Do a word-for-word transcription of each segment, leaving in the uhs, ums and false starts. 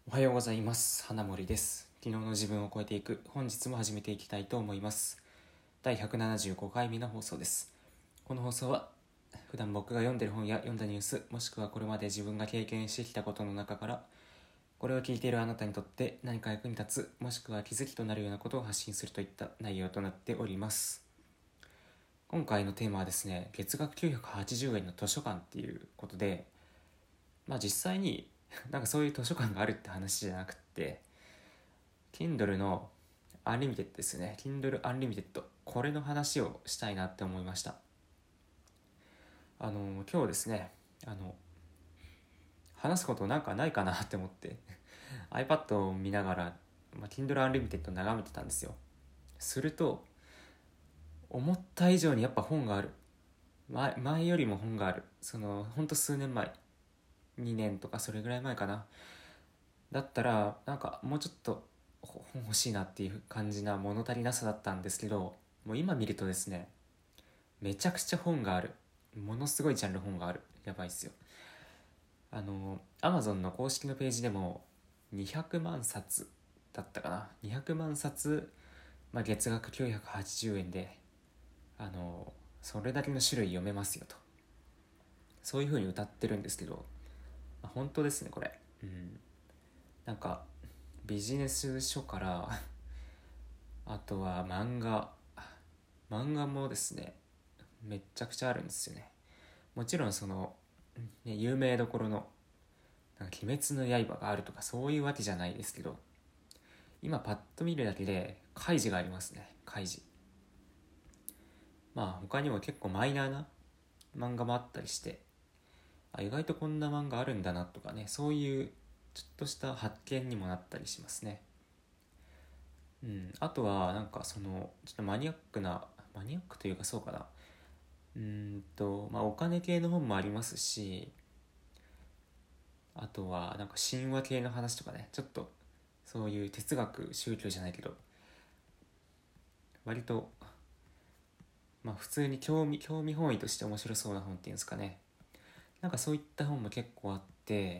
おはようございます。花森です。昨日の自分を超えていく、本日も始めていきたいと思います。だいひゃくななじゅうごかいめの放送です。この放送は普段僕が読んでる本や読んだニュース、もしくはこれまで自分が経験してきたことの中から、これを聞いているあなたにとって何か役に立つ、もしくは気づきとなるようなことを発信するといった内容となっております。今回のテーマはですね、月額きゅうひゃくはちじゅうえんの図書館っていうことで、まあ実際になんかそういう図書館があるって話じゃなくて、Kindle の Unlimited ですね。Kindle Unlimited。これの話をしたいなって思いました。あの、今日ですね、あの、話すことなんかないかなって思って iPad を見ながら、まあ、Kindle Unlimited を眺めてたんですよ。すると、思った以上にやっぱ本がある。前前よりも本がある。その、ほんと数年前。にねんとかそれぐらい前かな。だったら、なんかもうちょっと本欲しいなっていう感じな物足りなさだったんですけど、もう今見るとですね、めちゃくちゃ本がある。ものすごいジャンル本がある。やばいっすよ。あの Amazon の公式のページでもにひゃくまんさつだったかな。にひゃくまんさつ、まあ、月額きゅうひゃくはちじゅうえんで、あのそれだけの種類読めますよと、そういう風に歌ってるんですけど、まあ、本当ですねこれ。うんなんかビジネス書からあとは漫画漫画もですね、めっちゃくちゃあるんですよね。もちろんその、ね、有名どころのなんか鬼滅の刃があるとかそういうわけじゃないですけど、今パッと見るだけでカイジがありますね。カイジ、まあ他にも結構マイナーな漫画もあったりして、あ意外とこんな漫画あるんだなとかね、そういうちょっとした発見にもなったりしますね。うん、あとはなんかそのちょっとマニアックなマニアックというかそうかな、うーんとまあお金系の本もありますし、あとはなんか神話系の話とかね、ちょっとそういう哲学宗教じゃないけど割とまあ普通に興味興味本位として面白そうな本っていうんですかね、なんかそういった本も結構あって、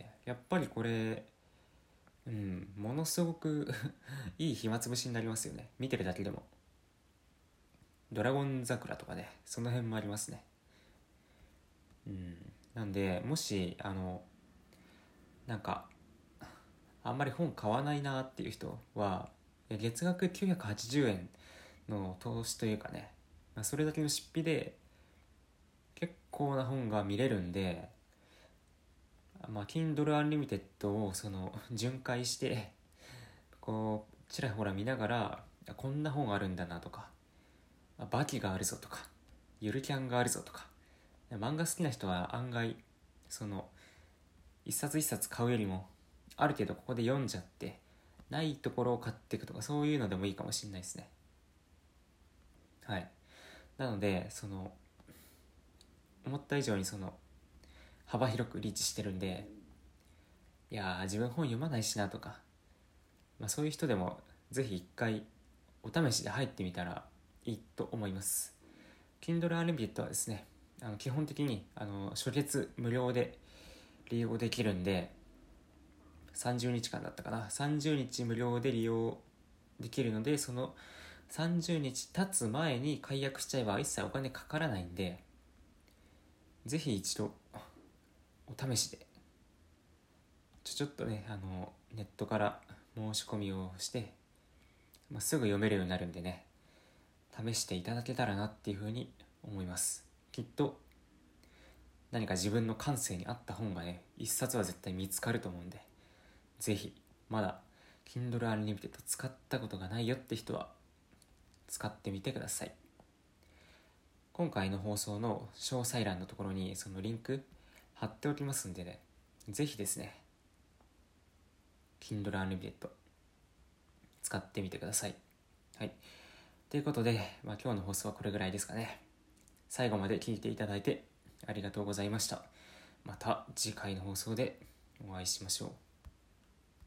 やっぱりこれうんものすごくいい暇つぶしになりますよね、見てるだけでも。ドラゴン桜とかね、その辺もありますね。うんなんでもしあのなんかあんまり本買わないなっていう人は、月額きゅうひゃくはちじゅうえんの投資というかね、それだけの出費で結構な本が見れるんで、まあ、Kindle Unlimited をその巡回してこうちらほら見ながら、こんな本あるんだなとか、バキがあるぞとか、ゆるキャンがあるぞとか、漫画好きな人は案外その一冊一冊買うよりもある程度ここで読んじゃってないところを買っていくとか、そういうのでもいいかもしれないですね。はいなのでその思った以上にその幅広くリーチしてるんで、いやー自分本読まないしなとか、まあ、そういう人でもぜひ一回お試しで入ってみたらいいと思います。 Kindle Unlimited はですね、あの基本的にあの初月無料で利用できるんで、さんじゅうにちかんだったかな、さんじゅうにち無料で利用できるので、そのさんじゅうにち経つ前に解約しちゃえば一切お金かからないんで、ぜひ一度お試しでちょちょっとね、あのネットから申し込みをして、まあ、すぐ読めるようになるんでね、試していただけたらなっていうふうに思います。きっと何か自分の感性に合った本がね、一冊は絶対見つかると思うんで、ぜひまだ Kindle Unlimited 使ったことがないよって人は使ってみてください。今回の放送の詳細欄のところにそのリンク貼っておきますんでね、ぜひですね Kindle Unlimited 使ってみてください。はいということで、まあ、今日の放送はこれぐらいですかね。最後まで聞いていただいてありがとうございました。また次回の放送でお会いしましょう。